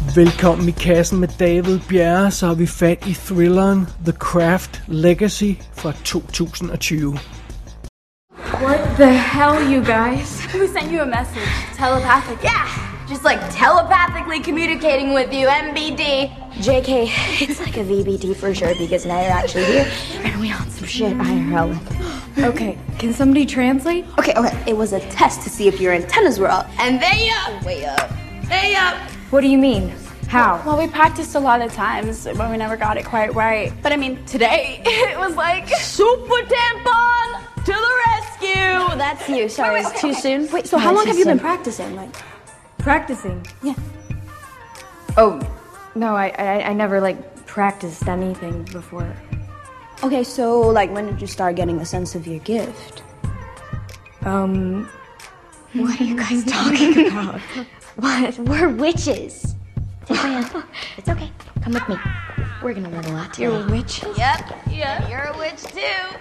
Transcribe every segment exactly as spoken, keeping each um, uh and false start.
Velkommen i kassen med David Bjerre, så har vi fat i thrilleren The Craft Legacy fra to tusind og tyve. What the hell, you guys? Who sent you a message? Telepathic? Yeah! Just like telepathically communicating with you, M B D. J K, it's like a V B D for sure because now you're actually here and we on some shit I R L. Okay, can somebody translate? Okay, okay. It was a test to see if your antennas were up. And they up! Way up. They up! What do you mean? How? Well, we practiced a lot of times, but we never got it quite right. But I mean, today, it was like, Super Tampon to the rescue! That's you. Sorry, wait, wait, it's too okay. soon. Wait, so no, how long have you soon. been practicing? Like, practicing? Yeah. Oh, no, I, I, I never, like, practiced anything before. Okay, so, like, when did you start getting a sense of your gift? Um, what are you guys talking about? What? We're witches. It's okay. Come with me. We're gonna learn a lot today. You're a witch? Yep. Yeah. You're a witch too.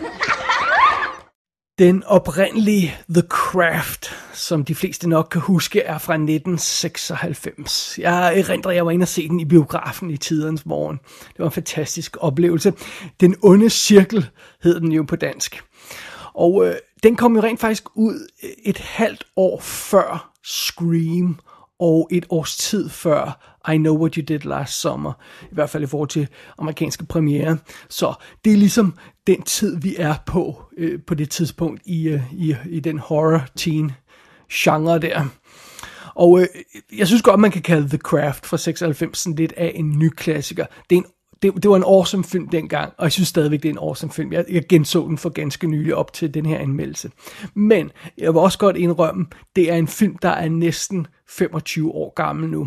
Den oprindelige The Craft, som de fleste nok kan huske, er fra nitten seksoghalvfems. Jeg erindrer, jeg var inde og se den i biografen i tidernes morgen. Det var en fantastisk oplevelse. Den onde cirkel hed den jo på dansk. Og øh, den kom jo rent faktisk ud et halvt år før Scream, og et års tid før I Know What You Did Last Summer, i hvert fald i forhold til amerikanske premiere. Så det er ligesom den tid, vi er på, øh, på det tidspunkt i, øh, i, i den horror-teen-genre der. Og øh, jeg synes godt, man kan kalde The Craft fra seksoghalvfems sådan lidt af en ny klassiker. Det er en Det, det var en awesome film dengang, og jeg synes stadigvæk, det er en awesome film. Jeg, jeg genså den for ganske nylig op til den her anmeldelse. Men jeg vil også godt indrømme, det er en film, der er næsten femogtyve år gammel nu.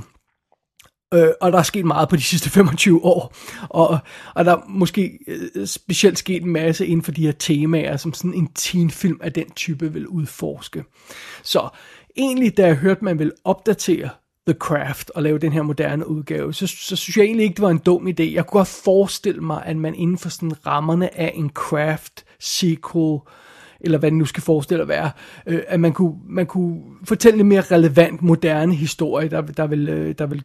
Øh, og der er sket meget på de sidste femogtyve år. Og, og der er måske øh, specielt sket en masse inden for de her temaer, som sådan en teenfilm af den type vil udforske. Så egentlig, da jeg hørte, man vil opdatere The Craft og lave den her moderne udgave, så, så synes jeg egentlig ikke, det var en dum idé. Jeg kunne godt forestille mig, at man inden for sådan rammerne af en Craft sequel, eller hvad det nu skal forestille at være, øh, at man kunne, man kunne fortælle en mere relevant, moderne historie, der, der vil, øh, der vil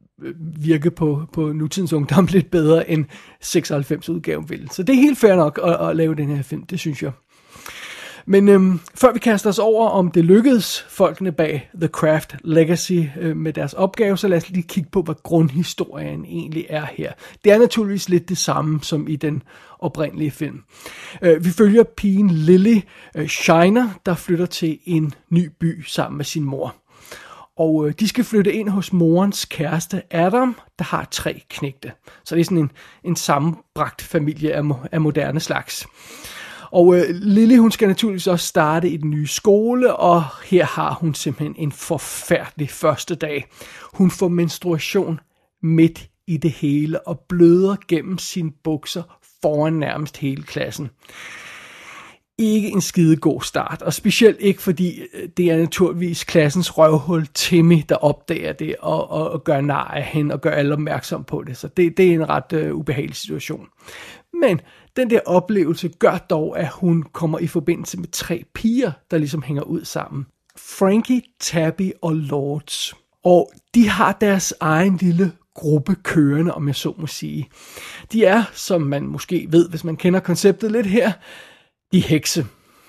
virke på, på nutidens ungdom lidt bedre end seksoghalvfems udgaven ville. Så det er helt fair nok at, at lave den her film, det synes jeg. Men øhm, før vi kaster os over, om det lykkedes folkene bag The Craft Legacy øh, med deres opgave, så lad os lige kigge på, hvad grundhistorien egentlig er her. Det er naturligvis lidt det samme som i den oprindelige film. Øh, vi følger pigen Lily øh, Shiner, der flytter til en ny by sammen med sin mor. Og øh, de skal flytte ind hos morens kæreste Adam, der har tre knægte. Så det er sådan en, en sammenbragt familie af, af moderne slags. Og øh, Lily, hun skal naturligvis også starte i den nye skole, og her har hun simpelthen en forfærdelig første dag. Hun får menstruation midt i det hele, og bløder gennem sine bukser foran nærmest hele klassen. Ikke en skide god start, og specielt ikke fordi det er naturligvis klassens røvhul Timmy, der opdager det, og, og, og gør nar af hende, og gør alle opmærksom på det. Så det, det er en ret øh, ubehagelig situation. Men den der oplevelse gør dog, at hun kommer i forbindelse med tre piger, der ligesom hænger ud sammen. Frankie, Tabby og Lourdes. Og de har deres egen lille gruppe kørende, om jeg så må sige. De er, som man måske ved, hvis man kender konceptet lidt her, de hekse.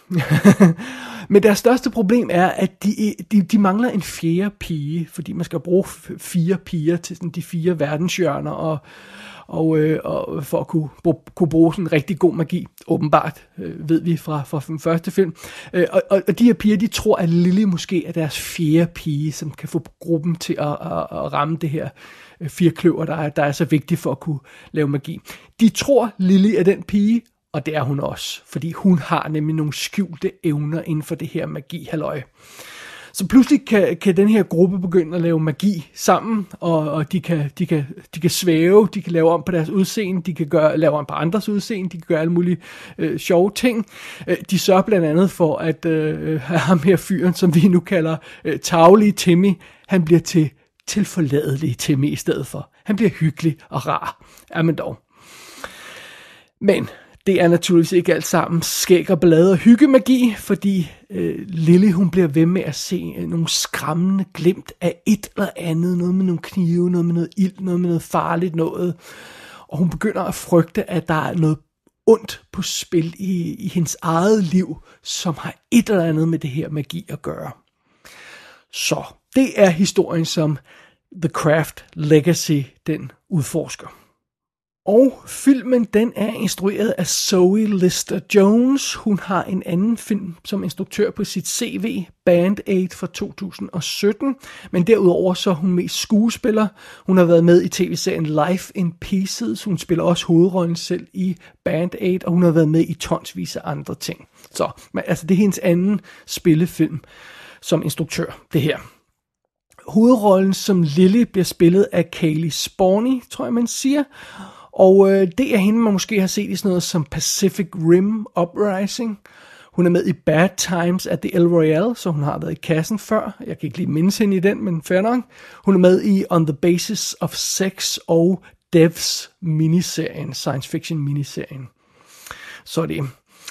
Men deres største problem er, at de, de, de mangler en fjerde pige, fordi man skal bruge fire piger til sådan de fire verdenshjørner, og, og, øh, og for at kunne, kunne bruge sådan en rigtig god magi, åbenbart, øh, ved vi fra, fra den første film. Øh, og, og de her piger, de tror, at Lily måske er deres fjerde pige, som kan få gruppen til at, at, at ramme det her øh, firkløver, der er, der er så vigtigt for at kunne lave magi. De tror, Lily er den pige, og det er hun også, fordi hun har nemlig nogle skjulte evner inden for det her magi-halløj. Så pludselig kan, kan den her gruppe begynde at lave magi sammen, og, og de, kan, de, kan, de kan svæve, de kan lave om på deres udseende, de kan gøre, lave om på andres udseende, de kan gøre alle mulige øh, sjove ting. Øh, de sørger blandt andet for, at øh, ham her fyren, som vi nu kalder øh, tavlige Timmy, han bliver til tilforladelige Timmy i stedet for. Han bliver hyggelig og rar. Jamen dog. Men Det er naturligvis ikke alt sammen skæg og blade og hyggemagi, fordi øh, Lily hun bliver ved med at se øh, nogle skræmmende glimt af et eller andet, noget med nogle knive, noget med noget ild, noget med noget farligt noget, og hun begynder at frygte, at der er noget ondt på spil i, i hendes eget liv, som har et eller andet med det her magi at gøre. Så det er historien, som The Craft Legacy den udforsker. Og filmen, den er instrueret af Zoe Lister-Jones. Hun har en anden film som instruktør på sit C V, Band Aid fra to tusind og sytten. Men derudover så er hun mest skuespiller. Hun har været med i tv-serien Life in Pieces. Hun spiller også hovedrollen selv i Band Aid, og hun har været med i tonsvis af andre ting. Så men, altså, det er hendes anden spillefilm som instruktør, det her. Hovedrollen som Lily bliver spillet af Kaylee Spawney, tror jeg man siger. Og øh, det er hende, man måske har set i sådan noget som Pacific Rim Uprising. Hun er med i Bad Times at the El Royale, så hun har været i kassen før. Jeg kan ikke lige mindes hende i den, men fair nok. Hun er med i On the Basis of Sex og Devs miniserien, science fiction miniserien. Så det.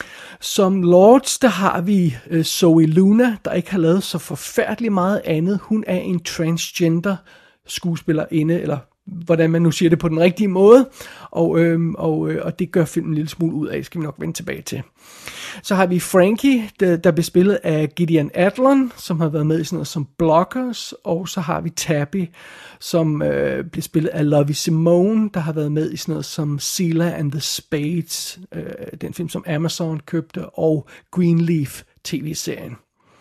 Som Lords, der har vi øh, Zoe Luna, der ikke har lavet så forfærdeligt meget andet. Hun er en transgender skuespillerinde, eller hvordan man nu siger det på den rigtige måde, og, øhm, og, øh, og det gør filmen en lille smule ud af, det skal vi nok vende tilbage til. Så har vi Frankie, der, der bliver spillet af Gideon Adlon, som har været med i sådan noget som Blockers, og så har vi Tabby, som øh, bliver spillet af Lovie Simone, der har været med i sådan noget som Sela and the Spades, øh, den film som Amazon købte, og Greenleaf tv-serien.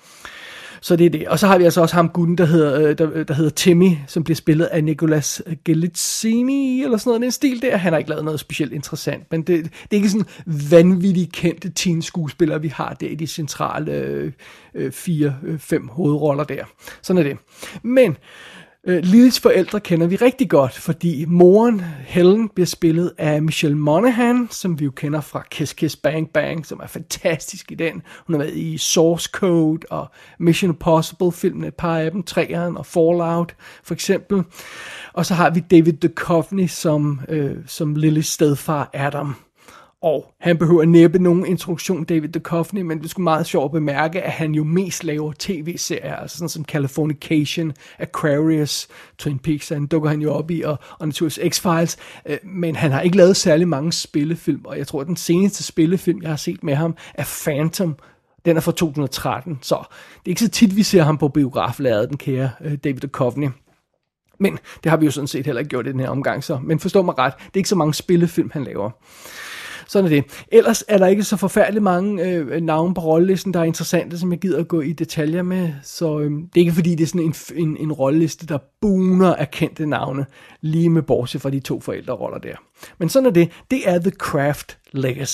Så det er det. Og så har vi altså også ham gutten, der hedder, der, der hedder Timmy, som bliver spillet af Nicolas Galitzini, eller sådan noget, den stil der. Han har ikke lavet noget specielt interessant, men det, det er ikke sådan vanvittigt kendte teen-skuespillere, vi har der i de centrale øh, øh, fire, øh, fem hovedroller der. Sådan er det. Men øh, Lillys forældre kender vi rigtig godt, fordi moren, Helen, bliver spillet af Michelle Monaghan, som vi jo kender fra Kiss Kiss Bang Bang, som er fantastisk i den. Hun har været i Source Code og Mission Impossible-filmen, et par af dem, treeren og Fallout for eksempel. Og så har vi David Duchovny som, øh, som Lillys stedfar Adam. Og han behøver næppe nogen introduktion, David Duchovny, men det er sgu meget sjovt at bemærke, at han jo mest laver tv-serier, altså sådan som Californication, Aquarius, Twin Peaks, han dukker han jo op i, og, og naturligvis X-Files, øh, men han har ikke lavet særlig mange spillefilm, og jeg tror, at den seneste spillefilm, jeg har set med ham, er Phantom. Den er fra to tusind og tretten, så det er ikke så tit, vi ser ham på biograflærredet, den kære øh, David Duchovny. Men det har vi jo sådan set heller ikke gjort i den her omgang, så. Men forstå mig ret, det er ikke så mange spillefilm, han laver. Sådan er det. Ellers er der ikke så forfærdeligt mange øh, navne på rollelisten, der er interessante, som jeg gider at gå i detaljer med. Så øh, det er ikke fordi, det er sådan en, en, en rolleliste, der buner af kendte navne, lige med bortset fra de to forældreroller der. Men sådan er det. Det er The Craft Legacy.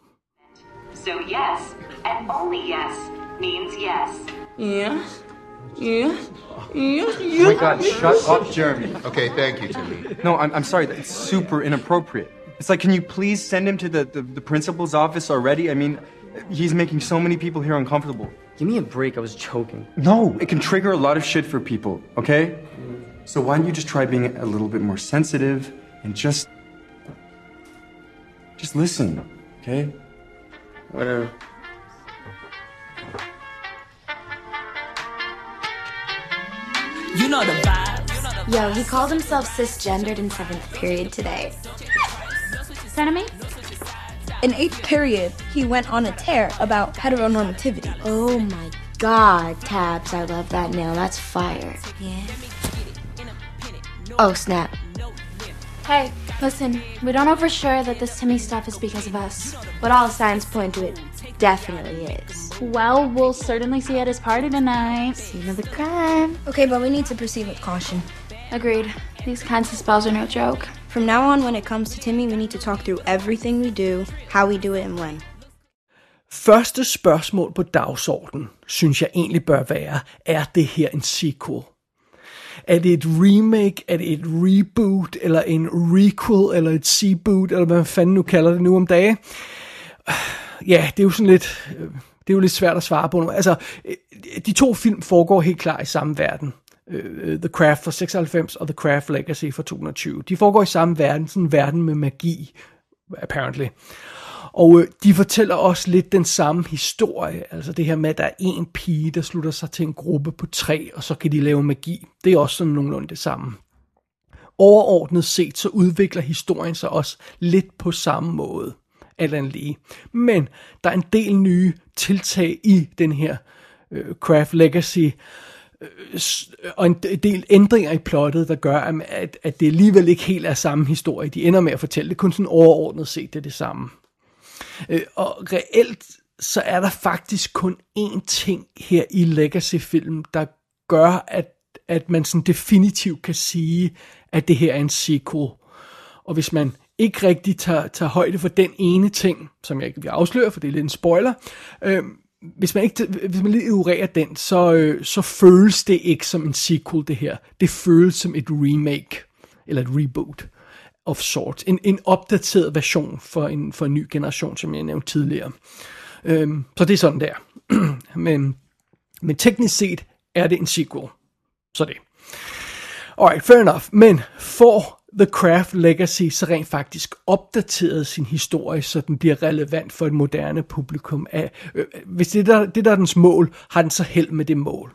So yes, and only yes, means yes. Yeah. Yeah. Yeah. Oh my God, shut up, Jeremy. Okay, thank you, Timmy. No, I'm, I'm sorry. It's super inappropriate. It's like, can you please send him to the, the, the principal's office already? I mean, he's making so many people here uncomfortable. Give me a break. I was joking. No, it can trigger a lot of shit for people, okay? So why don't you just try being a little bit more sensitive and just... Just listen, okay? Whatever. You know the vibe. Yo, he called himself cisgendered in seventh period today. Enemy? In eighth period, he went on a tear about heteronormativity. Oh my god, Tabs, I love that nail. That's fire. Yeah. Oh, snap. Hey, listen, we don't know for sure that this Timmy stuff is because of us, but all signs point to it definitely is. Well, we'll certainly see at his party tonight. Scene of the crime. Okay, but we need to proceed with caution. Agreed. These kinds of spells are no joke. From now on, when it comes to Timmy, we need to talk through everything we do, how we do it, and when. Første spørgsmål på dagsordenen, synes jeg egentlig bør være, er det her en sequel? Er det et remake, er det et reboot, eller en requel, eller et seaboot, eller hvad man fanden nu kalder det nu om dage? Ja, det er jo sådan lidt, det er jo lidt svært at svare på nu. Altså, de to film foregår helt klart i samme verden. The Craft fra seksoghalvfems og The Craft Legacy fra to tusind og tyve. De foregår i samme verden, sådan en verden med magi, apparently. Og øh, de fortæller også lidt den samme historie, altså det her med, at der er en pige, der slutter sig til en gruppe på tre, og så kan de lave magi. Det er også sådan nogenlunde det samme. Overordnet set, så udvikler historien sig også lidt på samme måde, alt andet lige. Men der er en del nye tiltag i den her øh, Craft Legacy, øh, og en del ændringer i plottet, der gør, at, at det alligevel ikke helt er samme historie. De ender med at fortælle det, kun sådan overordnet set, det er det samme. Øh, og reelt, så er der faktisk kun én ting her i Legacy-filmen, der gør, at, at man sådan definitivt kan sige, at det her er en sequel. Og hvis man ikke rigtig tager, tager højde for den ene ting, som jeg ikke vil afsløre, for det er lidt en spoiler, øh, hvis man ikke hvis man lige ignorerer den, så, øh, så føles det ikke som en sequel, det her. Det føles som et remake, eller et reboot of sorts. En, en opdateret version for en, for en ny generation, som jeg nævnte tidligere. Øh, så det er sådan der. men, men teknisk set er det en sequel. Så det. Alright, fair enough. Men får The Craft Legacy så rent faktisk opdateret sin historie, så den bliver relevant for et moderne publikum? Af, øh, hvis det der, det der er dens mål, har den så held med det mål?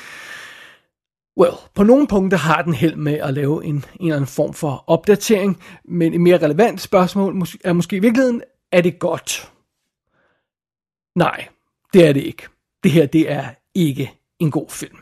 Well, på nogle punkter har den held med at lave en, en eller anden form for opdatering, men et mere relevant spørgsmål er måske i virkeligheden, er det godt? Nej, det er det ikke. Det her, det er ikke en god film.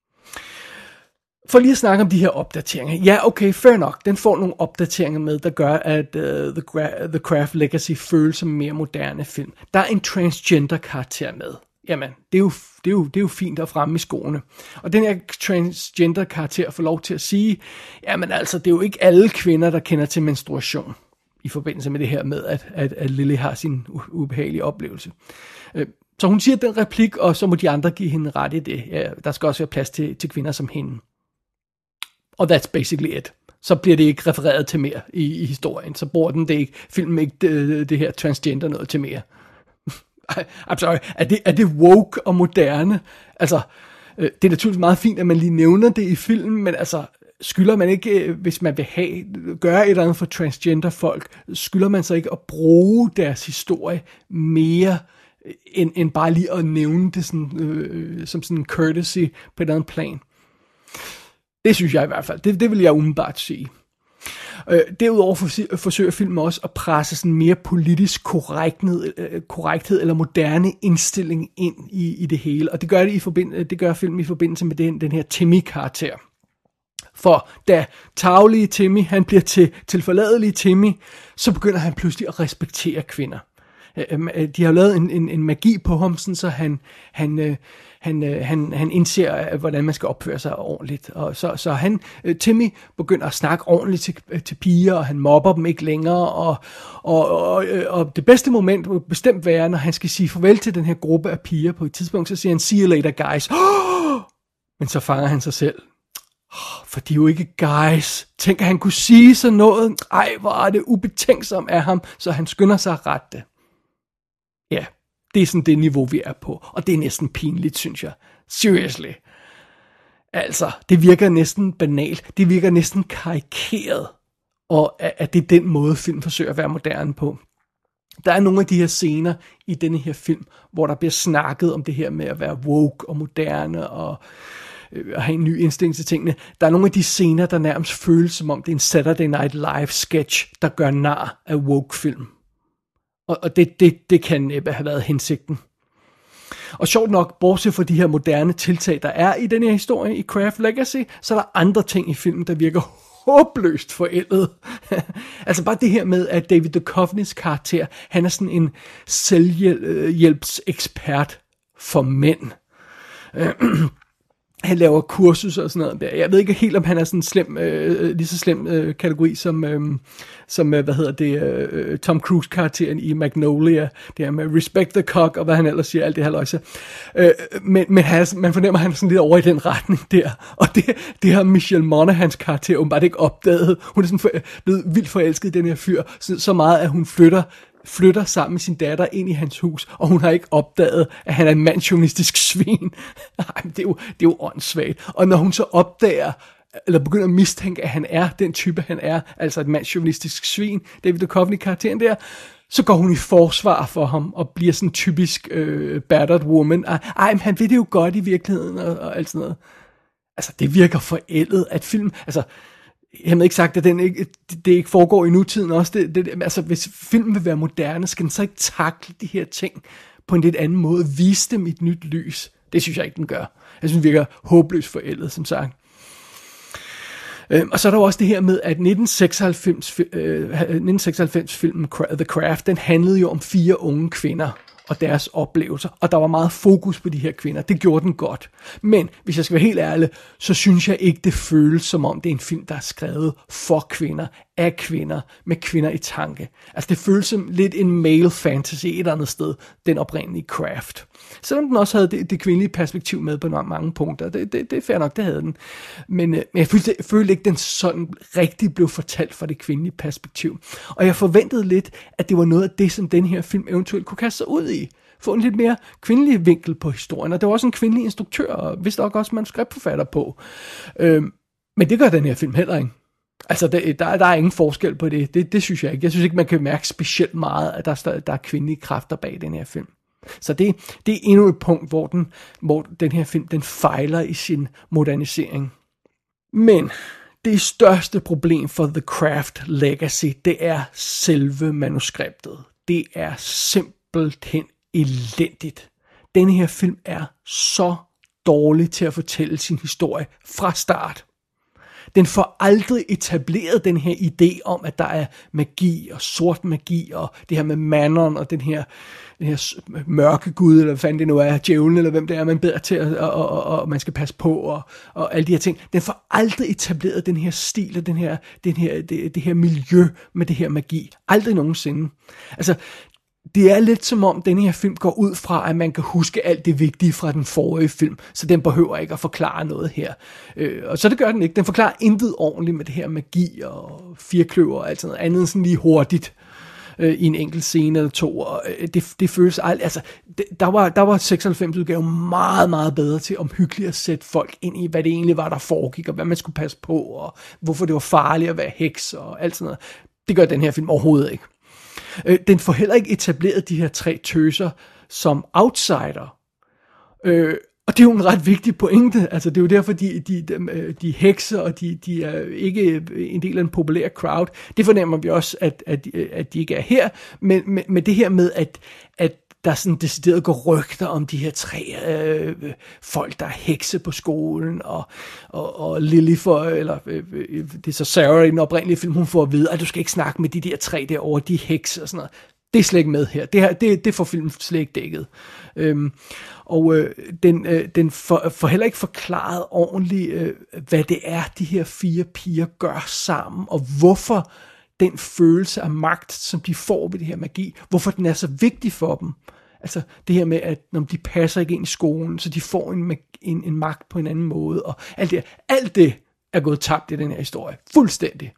For lige at snakke om de her opdateringer. Ja, okay, fair nok. Den får nogle opdateringer med, der gør, at uh, The, Gra- The Craft Legacy føles som en mere moderne film. Der er en transgender karakter med. Jamen, det er jo, det er jo, det er jo fint at fremme i skoene. Og den her transgender karakter får lov til at sige, jamen altså, det er jo ikke alle kvinder, der kender til menstruation. I forbindelse med det her med, at, at, at Lily har sin ubehagelige oplevelse. Så hun siger den replik, og så må de andre give hende ret i det. Ja, der skal også være plads til, til kvinder som hende. Og that's basically it. Så bliver det ikke refereret til mere i, i historien. Så bruger den det ikke, filmen ikke det, det her transgender noget til mere. I'm sorry, er det, er det woke og moderne? Altså, det er naturligvis meget fint, at man lige nævner det i filmen, men altså, skylder man ikke, hvis man vil have, gøre et eller andet for transgender folk, skylder man så ikke at bruge deres historie mere, end, end bare lige at nævne det sådan, øh, som sådan en courtesy på et eller andet plan? Det synes jeg i hvert fald. Det, det vil jeg umiddelbart sige. Øh, derudover forsøger filmen også at presse sådan mere politisk korrekthed, øh, korrekthed eller moderne indstilling ind i, i det hele. Og det gør, det i forbind- det gør filmen i forbindelse med den, den her Timmy-karakter. For da tarvelige Timmy, han bliver til tilforladelige Timmy, så begynder han pludselig at respektere kvinder. De har lavet en, en, en magi på ham, sådan, så han, han, han, han, han indser, hvordan man skal opføre sig ordentligt. Og så, så han, Timmy begynder at snakke ordentligt til, til piger, og han mobber dem ikke længere. Og, og, og, og det bedste moment vil bestemt være, når han skal sige farvel til den her gruppe af piger på et tidspunkt, så siger han, see you later, guys. Oh! Men så fanger han sig selv. Oh, for de er jo ikke guys. Tænk, at han kunne sige sådan noget. Ej, hvor er det ubetænksomt af ham, så han skynder sig at rette det. Ja, det er sådan det niveau, vi er på. Og det er næsten pinligt, synes jeg. Seriously. Altså, det virker næsten banalt. Det virker næsten karikeret. Og at det er den måde, film forsøger at være moderne på. Der er nogle af de her scener i denne her film, hvor der bliver snakket om det her med at være woke og moderne og at have en ny indstilling til tingene. Der er nogle af de scener, der nærmest føles som om det er en Saturday Night Live sketch, der gør nar af woke-film. Og det, det, det kan næppe have været hensigten. Og sjovt nok, bortset fra de her moderne tiltag, der er i den her historie i Craft Legacy, så er der andre ting i filmen, der virker håbløst forældet. Altså bare det her med, at David Duchovnys karakter, han er sådan en selvhjælpsekspert for mænd. Han laver kursus og sådan noget der. Jeg ved ikke helt, om han er sådan en slem, øh, lige så slem øh, kategori som, øh, som øh, hvad hedder det, øh, Tom Cruise-karakteren i Magnolia. Det her med respect the cock, og hvad han ellers siger, alt det her løjse. Øh, men men han, man fornemmer, at han er sådan lidt over i den retning der. Og det, det har Michelle Monaghan's karakter åbenbart ikke opdaget. Hun er sådan for, blevet vildt forelsket i den her fyr, så, så meget, at hun flytter flytter sammen med sin datter ind i hans hus, og hun har ikke opdaget, at han er en mandsjournalistisk svin. Ej, det er jo, det er jo åndssvagt. Og når hun så opdager, eller begynder at mistænke, at han er den type, han er, altså et mandsjournalistisk svin, David Duchovny-karakteren der, så går hun i forsvar for ham, og bliver sådan en typisk øh, battered woman. Ej, ej, men han ved det jo godt i virkeligheden, og, og alt sådan noget. Altså, det virker forældet, at film, altså, jeg har ikke sagt, at den ikke, det ikke foregår i nutiden også. Det, det, altså, hvis filmen vil være moderne, skal den så ikke takle de her ting på en lidt anden måde, vise dem i et nyt lys. Det synes jeg ikke, den gør. Jeg synes, den virker håbløst forældet, som sagt. Øhm, og så er der også det her med, at nitten seksoghalvfems, øh, nitten seksoghalvfems-filmen The Craft, den handlede jo om fire unge kvinder og deres oplevelser, og der var meget fokus på de her kvinder. Det gjorde den godt. Men, hvis jeg skal være helt ærlig, så synes jeg ikke, det føles som om, det er en film, der er skrevet for kvinder, af kvinder, med kvinder i tanke. Altså, det føles som lidt en male fantasy et eller andet sted, den oprindelige Craft. Selvom den også havde det, det kvindelige perspektiv med på mange punkter. Det, det, det er fair nok, det havde den. Men, men jeg følte, jeg følte ikke, den sådan rigtig blev fortalt fra det kvindelige perspektiv. Og jeg forventede lidt, at det var noget af det, som den her film eventuelt kunne kaste sig ud i. Få en lidt mere kvindelig vinkel på historien. Og der var også en kvindelig instruktør, og vist nok også manuskriptforfatter på. Øhm, men det gør den her film heller ikke. Altså, der, der, der er ingen forskel på det. det. Det synes jeg ikke. Jeg synes ikke, man kan mærke specielt meget, at der, der er kvindelige kræfter bag den her film. Så det, det er endnu et punkt, hvor den, hvor den her film, den fejler i sin modernisering. Men det største problem for The Craft Legacy, det er selve manuskriptet. Det er simpelthen elendigt. Denne her film er så dårlig til at fortælle sin historie fra start. Den får aldrig etableret den her idé om, at der er magi og sort magi, og det her med Manon og den her, den her mørke gud, eller hvad fanden det nu er, djævlen, eller hvem det er, man beder til, og, og, og, og man skal passe på, og, og alle de her ting. Den får aldrig etableret den her stil, og den her, den her, det, det her miljø med det her magi. Aldrig nogensinde. Altså, det er lidt som om, den her film går ud fra, at man kan huske alt det vigtige fra den forrige film, så den behøver ikke at forklare noget her. Øh, og så det gør den ikke. Den forklarer intet ordentligt med det her magi og firkløver og alt sådan noget andet, end sådan lige hurtigt øh, i en enkelt scene eller to. Og øh, det, det føles aldrig, altså, det, der var, der var seksoghalvfems-udgaven meget, meget bedre til omhyggeligt at sætte folk ind i, hvad det egentlig var, der foregik, og hvad man skulle passe på, og hvorfor det var farligt at være heks og alt sådan noget. Det gør den her film overhovedet ikke. Den får heller ikke etableret de her tre tøser som outsider. Øh, og det er jo en ret vigtig pointe. Altså, det er jo derfor, de, de, de, de hekser, og de, de er ikke en del af en populær crowd. Det fornemmer vi også, at, at, at de ikke er her. Men med, med det her med, at, at der sådan decideret går rygter om de her tre øh, folk, der er hekse på skolen, og, og, og Lily for, eller øh, det er så Sarah i den oprindelige film, hun får at vide, at du skal ikke snakke med de der tre derovre, de hekse og sådan noget. Det er slet ikke med her. Det, her, det, det får filmen slet ikke dækket. Øhm, og øh, den, øh, den får, får heller ikke forklaret ordentligt, øh, hvad det er, de her fire piger gør sammen, og hvorfor den følelse af magt, som de får ved det her magi, hvorfor den er så vigtig for dem. Altså det her med, at når de passer ikke ind i skolen, så de får en, en, en magt på en anden måde, og alt det, alt det er gået tabt i den her historie. Fuldstændig.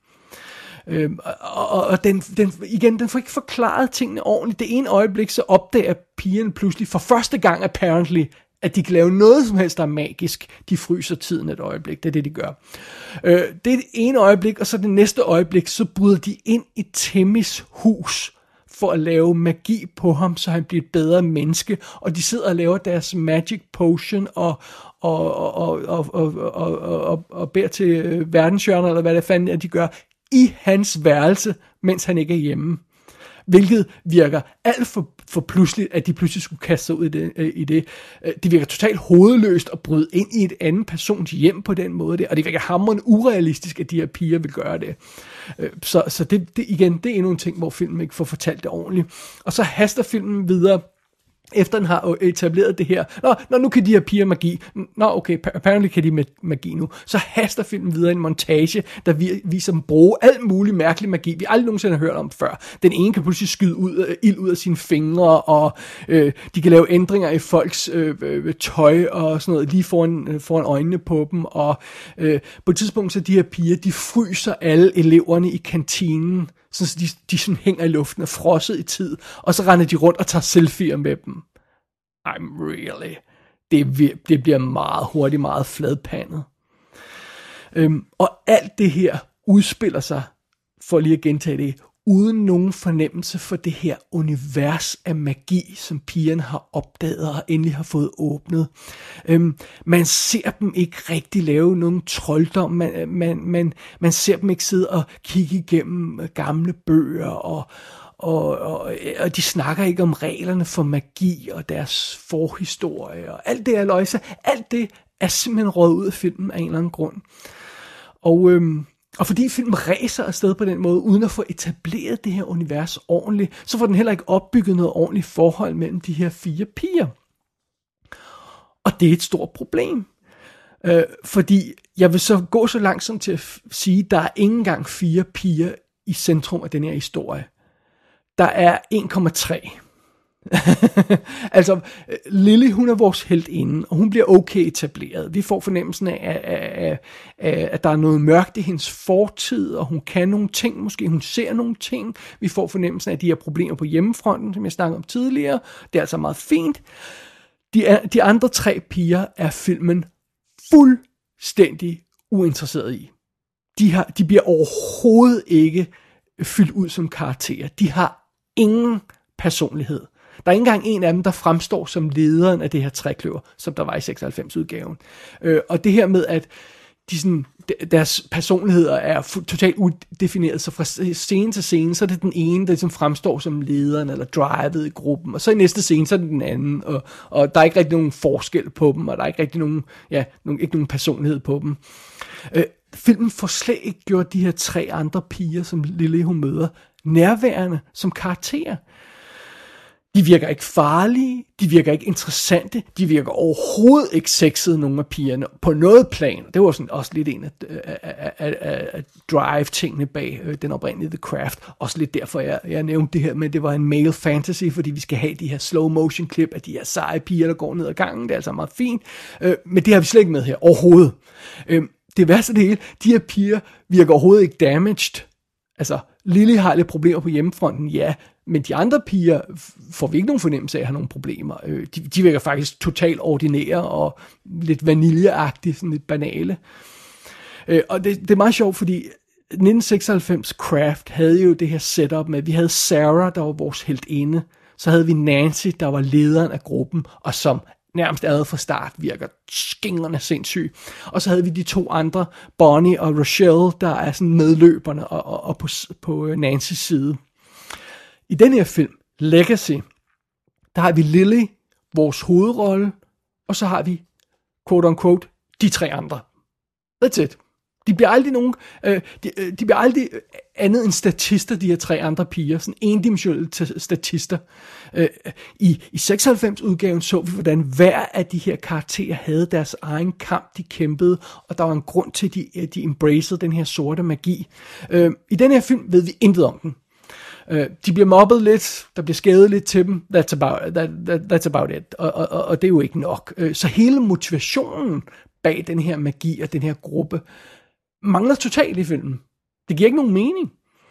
Øhm, og og, og den, den, igen, den får ikke forklaret tingene ordentligt. Det ene øjeblik, så opdager pigerne pludselig for første gang, apparently, at de kan lave noget som helst, der er magisk. De fryser tiden et øjeblik. Det er det, de gør. Øh, det er det ene øjeblik, og så det næste øjeblik, så bryder de ind i Timmys hus for at lave magi på ham, så han bliver et bedre menneske. Og de sidder og laver deres magic potion og, og, og, og, og, og, og, og, og beder til verdenshjørner, eller hvad det fanden er, de gør, i hans værelse, mens han ikke er hjemme. Hvilket virker alt for, for pludseligt, at de pludselig skulle kaste sig ud i det, i det. Det virker totalt hovedløst at bryde ind i et andet persons hjem på den måde der, og det virker hamrende urealistisk, at de her piger vil gøre det. Så, så det, det, igen, det er endnu en ting, hvor filmen ikke får fortalt det ordentligt. Og så haster filmen videre, efter den har etableret det her. Nå, nå, nu kan de her piger magi. Nå, okay, apparently kan de med magi nu. Så haster filmen videre en montage, der viser dem bruge alt mulig mærkelig magi, vi aldrig nogensinde har hørt om før. Den ene kan pludselig skyde ud, ild ud af sine fingre, og øh, de kan lave ændringer i folks øh, øh, tøj og sådan noget, lige foran, øh, foran øjnene på dem. Og øh, på et tidspunkt, så de her piger, de fryser alle eleverne i kantinen, så de, de sådan hænger i luften og frosset i tid, og så render de rundt og tager selfies med dem. I'm really... Det, det bliver meget hurtigt, meget fladpandet. Øhm, og alt det her udspiller sig, for lige at gentage det, uden nogen fornemmelse for det her univers af magi, som pigerne har opdaget og endelig har fået åbnet. Øhm, man ser dem ikke rigtig lave nogen trolddom, man, man, man, man ser dem ikke sidde og kigge igennem gamle bøger, og, og, og, og de snakker ikke om reglerne for magi og deres forhistorie, og alt det er løjse. Alt det er simpelthen røget ud af filmen af en eller anden grund. Og... Øhm, Og fordi filmen ræser afsted på den måde, uden at få etableret det her univers ordentligt, så får den heller ikke opbygget noget ordentligt forhold mellem de her fire piger. Og det er et stort problem. Øh, fordi jeg vil så gå så langsomt til at sige, at der er ikke engang fire piger i centrum af den her historie. Der er en komma tre. Altså, Lily, hun er vores heltinde, og hun bliver okay etableret. Vi får fornemmelsen af, af, af, af, at der er noget mørkt i hendes fortid, og hun kan nogle ting, måske hun ser nogle ting. Vi får fornemmelsen af, at de har problemer på hjemmefronten, som jeg snakkede om tidligere. Det er altså meget fint. De, de andre tre piger er filmen fuldstændig uinteresseret i. De, har, de bliver overhovedet ikke fyldt ud som karakterer. De har ingen personlighed. Der er ikke engang en af dem, der fremstår som lederen af det her trækløver, som der var i seksoghalvfems-udgaven. Øh, og det her med, at de sådan, deres personligheder er totalt udefineret, så fra scene til scene, så er det den ene, der ligesom fremstår som lederen eller drivet i gruppen, og så i næste scene, så er det den anden, og, og der er ikke rigtig nogen forskel på dem, og der er ikke rigtig nogen, ja, nogen, ikke nogen personlighed på dem. Øh, filmen får slet ikke gjort de her tre andre piger, som Lily hun møder, nærværende som karakterer. De virker ikke farlige, de virker ikke interessante, de virker overhovedet ikke sexede, nogle af pigerne, på noget plan. Det var sådan også lidt en af, af, af, af, af drive-tingene bag øh, den oprindelige The Craft. Også lidt derfor, jeg, jeg nævnte det her med, at det var en male fantasy, fordi vi skal have de her slow-motion klip af de her seje piger, der går ned ad gangen. Det er altså meget fint, øh, men det har vi slet ikke med her overhovedet. Øh, det værste det hele, de her piger virker overhovedet ikke damaged. Altså, Lily har lidt problemer på hjemmefronten, ja, men de andre piger får vi ikke nogen fornemmelse af at have nogle problemer. De, de virker faktisk totalt ordinære og lidt vaniljeagtige, sådan lidt banale. Og det, det er meget sjovt, fordi nitten seksoghalvfems Craft havde jo det her setup med, at vi havde Sarah, der var vores heltinde, så havde vi Nancy, der var lederen af gruppen, og som nærmest allerede fra start virker skingrende sindssyg. Og så havde vi de to andre, Bonnie og Rochelle, der er sådan medløberne og, og, og på, på Nancys side. I den her film, Legacy, der har vi Lily, vores hovedrolle, og så har vi, quote unquote, de tre andre. That's it. De bliver aldrig nogen, øh, de, de bliver aldrig andet end statister, de her tre andre piger, sådan endimensionelle statister. Øh, I i seksoghalvfems-udgaven så vi, hvordan hver af de her karakterer havde deres egen kamp, de kæmpede, og der var en grund til, at de, de embracede den her sorte magi. Øh, I den her film ved vi intet om den. Uh, de bliver mobbet lidt, der bliver skadet lidt til dem, that's about, that, that, that's about it, og, og, og det er jo ikke nok. Uh, så hele motivationen bag den her magi og den her gruppe mangler totalt i filmen. Det giver ikke nogen mening.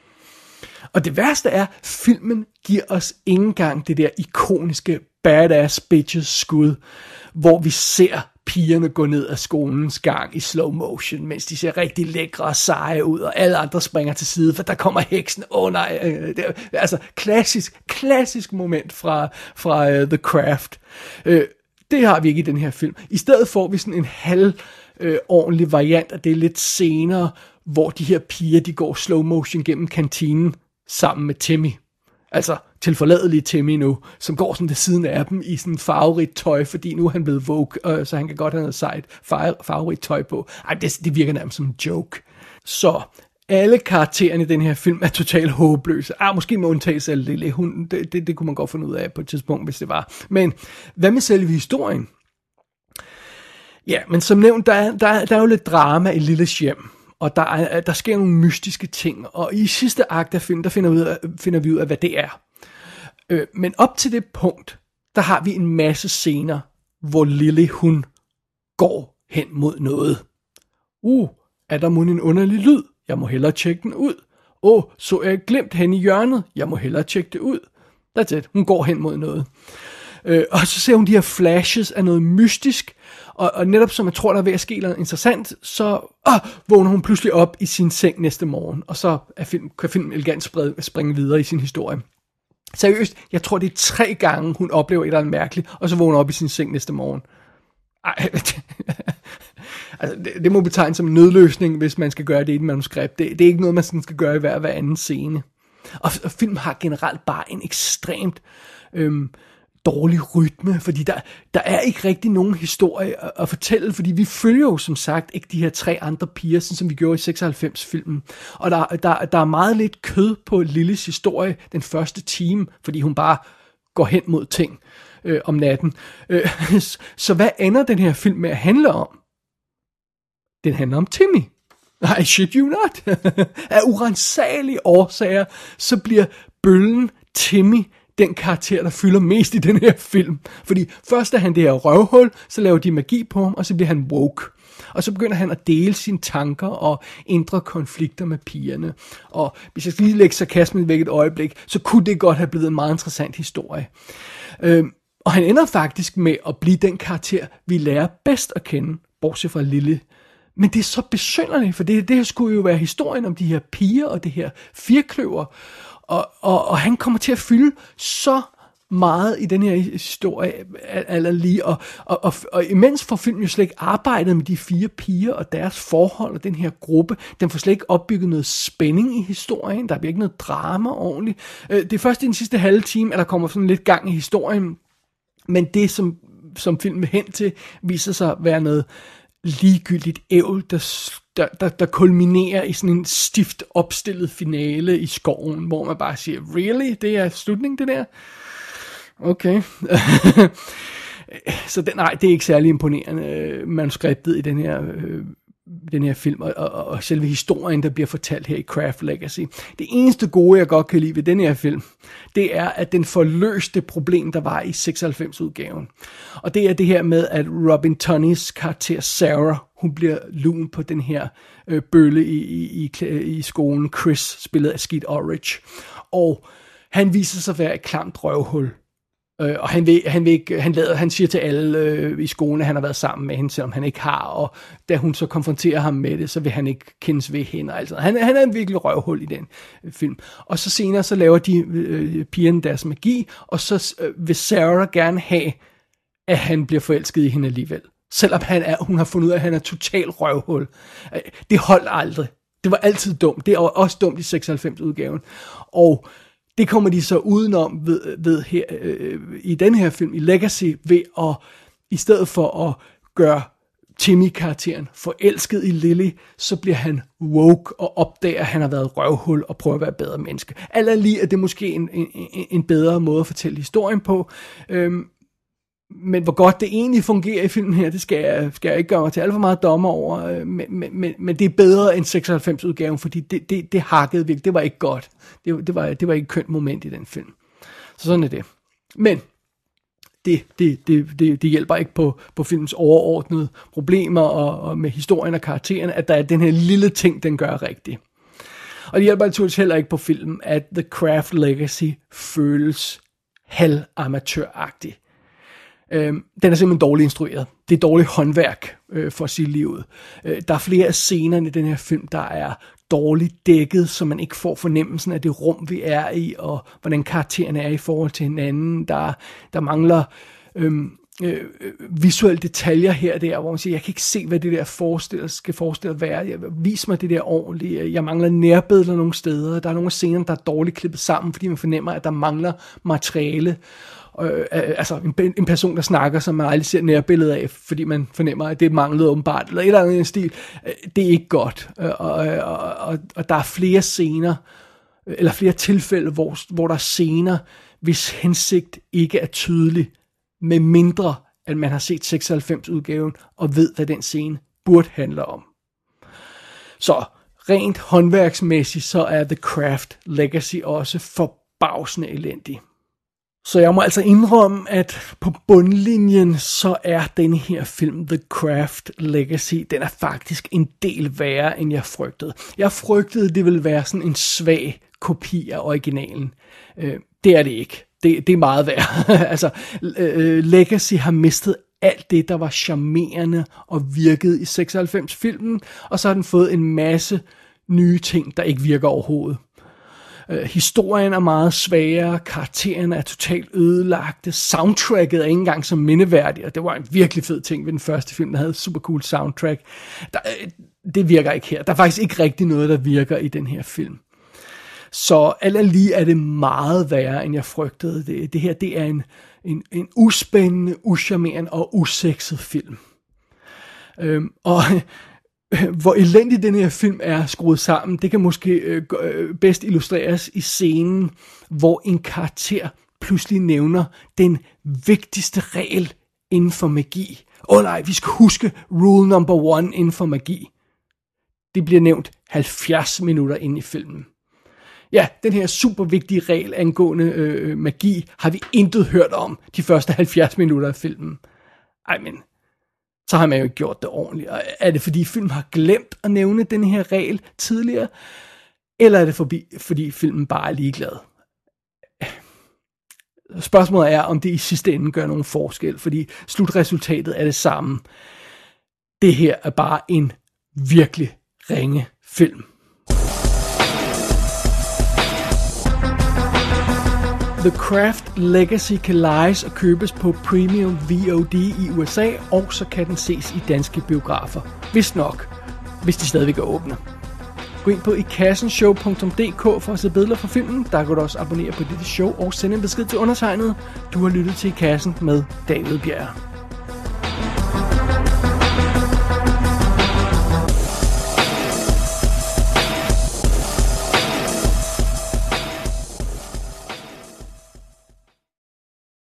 Og det værste er, filmen giver os ikke engang det der ikoniske badass bitches skud, hvor vi ser pigerne gå ned ad skolens gang i slow motion, mens de ser rigtig lækre og seje ud, og alle andre springer til side, for der kommer heksen. Åh oh, nej, det er, altså klassisk, klassisk moment fra, fra uh, The Craft. Uh, det har vi ikke i den her film. I stedet får vi sådan en halv uh, ordentlig variant af det lidt senere, hvor de her piger, de går slow motion gennem kantinen sammen med Timmy. Altså tilforladelige Timmy nu, som går sådan ved siden af dem i sådan farverigt tøj, fordi nu er han blevet woke, øh, så han kan godt have noget sejt far, farverigt tøj på. Ej, det, det virker nærmest som en joke. Så alle karaktererne i den her film er totalt håbløse. Ah, måske med undtagelse af Lily. Hun, det, det, det kunne man godt finde ud af på et tidspunkt, hvis det var. Men hvad med selve historien? Ja, men som nævnt, der er, der, der er jo lidt drama i Lillys hjem. Og der, er, der sker nogle mystiske ting. Og i sidste akt af filmen, der finder vi ud af, finder vi ud af hvad det er. Øh, men op til det punkt, der har vi en masse scener, hvor Lily, hun går hen mod noget. Uh, er der mon en underlig lyd? Jeg må hellere tjekke den ud. Åh, oh, så er jeg glemt hen i hjørnet. Jeg må hellere tjekke det ud. That's it. Hun går hen mod noget. Øh, og så ser hun de her flashes af noget mystisk, og, og netop som jeg tror, der er ved at ske noget interessant, så øh, vågner hun pludselig op i sin seng næste morgen, og så er film, kan filmen elegant springe videre i sin historie. Seriøst, jeg tror, det er tre gange, hun oplever et eller andet mærkeligt, og så vågner op i sin seng næste morgen. Ej, altså, det, det må betegnes som en nødløsning, hvis man skal gøre det i et manuskript. Det, det er ikke noget, man sådan skal gøre i hver, hver anden scene. Og, og film har generelt bare en ekstremt øhm, dårlig rytme, fordi der, der er ikke rigtig nogen historie at, at fortælle, fordi vi følger jo som sagt ikke de her tre andre piger, sådan som vi gjorde i seksoghalvfems-filmen. Og der, der, der er meget lidt kød på Lillys historie den første time, fordi hun bare går hen mod ting øh, om natten. Øh, så hvad ender den her film med at handle om? Den handler om Timmy. I shit you not. Af urensagelige årsager, så bliver bøllen Timmy den karakter, der fylder mest i den her film. Fordi først er han det her røvhul, så laver de magi på ham, og så bliver han woke. Og så begynder han at dele sine tanker og indre konflikter med pigerne. Og hvis jeg skal lige lægge sarkasmen væk et øjeblik, så kunne det godt have blevet en meget interessant historie. Øhm, og han ender faktisk med at blive den karakter, vi lærer bedst at kende, bortset fra Lily. Men det er så besynderligt, for det, det her skulle jo være historien om de her piger og det her firkløver. Og, og, og han kommer til at fylde så meget i den her historie, eller lige, og, og, og, og imens får filmen jo slet ikke arbejdet med de fire piger og deres forhold og den her gruppe. Den får slet ikke opbygget noget spænding i historien, der bliver ikke noget drama ordentligt. Det er først i den sidste halve time, at der kommer sådan lidt gang i historien, men det som, som filmen vil hen til, viser sig at være noget ligegyldigt ævl, der, der, der, der kulminerer i sådan en stift opstillet finale i skoven, hvor man bare siger, really? Det er slutningen, det der? Okay. Så det, nej, det er ikke særlig imponerende manuskriptet i den her, øh, den her film, og, og, og selve historien, der bliver fortalt her i Craft Legacy. Det eneste gode, jeg godt kan lide ved den her film, det er, at den får løst det problem, der var i seksoghalvfems-udgaven. Og det er det her med, at Robin Tunney's karakter Sarah, hun bliver lun på den her øh, bølle i, i, i, i skolen, Chris, spillet af Skeet Ulrich. Og han viser sig at være et klamt røvhul. Øh, og han, vil, han, vil ikke, han, lader, han siger til alle øh, i skolen, at han har været sammen med hende, selvom han ikke har. Og da hun så konfronterer ham med det, så vil han ikke kendes ved hende. Altså. Han, han er en virkelig røvhul i den øh, film. Og så senere, så laver de øh, pigerne deres magi, og så øh, vil Sarah gerne have, at han bliver forelsket i hende alligevel. Selvom han er, hun har fundet ud af, at han er total røvhul. Øh, det holdt aldrig. Det var altid dumt. Det er også dumt i seksoghalvfems-udgaven. Og det kommer de så udenom ved, ved her, øh, i den her film, i Legacy, ved at, i stedet for at gøre Timmy-karakteren forelsket i Lily, så bliver han woke og opdager, at han har været røvhul og prøver at være bedre menneske. Eller lige, at det er måske en, en, en bedre måde at fortælle historien på. Øhm, men hvor godt det egentlig fungerer i filmen her, det skal jeg, skal jeg ikke gøre mig til alt for meget dommer over, men, men, men det er bedre end seksoghalvfems-udgaven, fordi det, det, det hakkede virkelig, det var ikke godt. Det, det, var, det var ikke et kønt moment i den film. Så sådan er det. Men det, det, det, det, det hjælper ikke på, på filmens overordnede problemer og, og med historien og karaktererne, at der er den her lille ting, den gør rigtigt. Og det hjælper naturligvis heller ikke på filmen, at The Craft Legacy føles halvamatøragtigt. Øhm, den er simpelthen dårligt instrueret. Det er dårligt håndværk, øh, for at sige livet. Øh, der er flere af scenerne i den her film, der er dårligt dækket, så man ikke får fornemmelsen af det rum, vi er i, og hvordan karaktererne er i forhold til hinanden. Der, der mangler øhm, øh, visuelle detaljer her og der, hvor man siger, jeg kan ikke se, hvad det der forestiller, skal forestille at være. Jeg, vis mig det der ordentligt. Jeg mangler nærbilleder nogle steder. Der er nogle scener, der er dårligt klippet sammen, fordi man fornemmer, at der mangler materiale. Øh, altså en, en person, der snakker, som man aldrig ser nærbilleder af, fordi man fornemmer, at det manglede åbenbart, eller et eller andet stil. Det er ikke godt. Og, og, og, og der er flere scener, eller flere tilfælde, hvor, hvor der er scener, hvis hensigt ikke er tydelig, med mindre, at man har set seksoghalvfems-udgaven, og ved, hvad den scene burde handle om. Så rent håndværksmæssigt, så er The Craft Legacy også forbavsende elendig. Så jeg må altså indrømme, at på bundlinjen, så er den her film, The Craft Legacy, den er faktisk en del værre, end jeg frygtede. Jeg frygtede, det ville være sådan en svag kopi af originalen. det er det ikke. Det, det er meget værd. altså, øh, Legacy har mistet alt det, der var charmerende og virkede i seksoghalvfems-filmen, og så har den fået en masse nye ting, der ikke virker overhovedet. Uh, historien er meget svagere, karaktererne er totalt ødelagte, soundtracket er ikke engang så mindeværdigt, og det var en virkelig fed ting ved den første film, der havde et super cool soundtrack. Der, uh, det virker ikke her. Der er faktisk ikke rigtig noget, der virker i den her film. Så alt andet lige er det meget værre, end jeg frygtede. Det, det her, det er en, en, en uspændende, uscharmerende og usekset film. Uh, og... Hvor elendig den her film er skruet sammen, det kan måske øh, bedst illustreres i scenen, hvor en karakter pludselig nævner den vigtigste regel inden for magi. Åh oh, nej, vi skal huske rule number one inden for magi. Det bliver nævnt halvfjerds minutter inde i filmen. Ja, den her super vigtige regel angående øh, magi har vi intet hørt om de første halvfjerds minutter af filmen. Ej, men... så har man jo ikke gjort det ordentligt. Og er det fordi filmen har glemt at nævne den her regel tidligere, eller er det forbi, fordi filmen bare er ligeglad? Spørgsmålet er, om det i sidste ende gør nogen forskel, fordi slutresultatet er det samme. Det her er bare en virkelig ringe film. The Craft Legacy kan lejes og købes på Premium V O D i U S A, og så kan den ses i danske biografer. Vist nok, hvis de stadigvæk er åbne. Gå ind på i kassen show punktum d k for at se billeder fra filmen. Der kan du også abonnere på dette show og sende en besked til undertegnet. Du har lyttet til I Kassen med David Bjerre.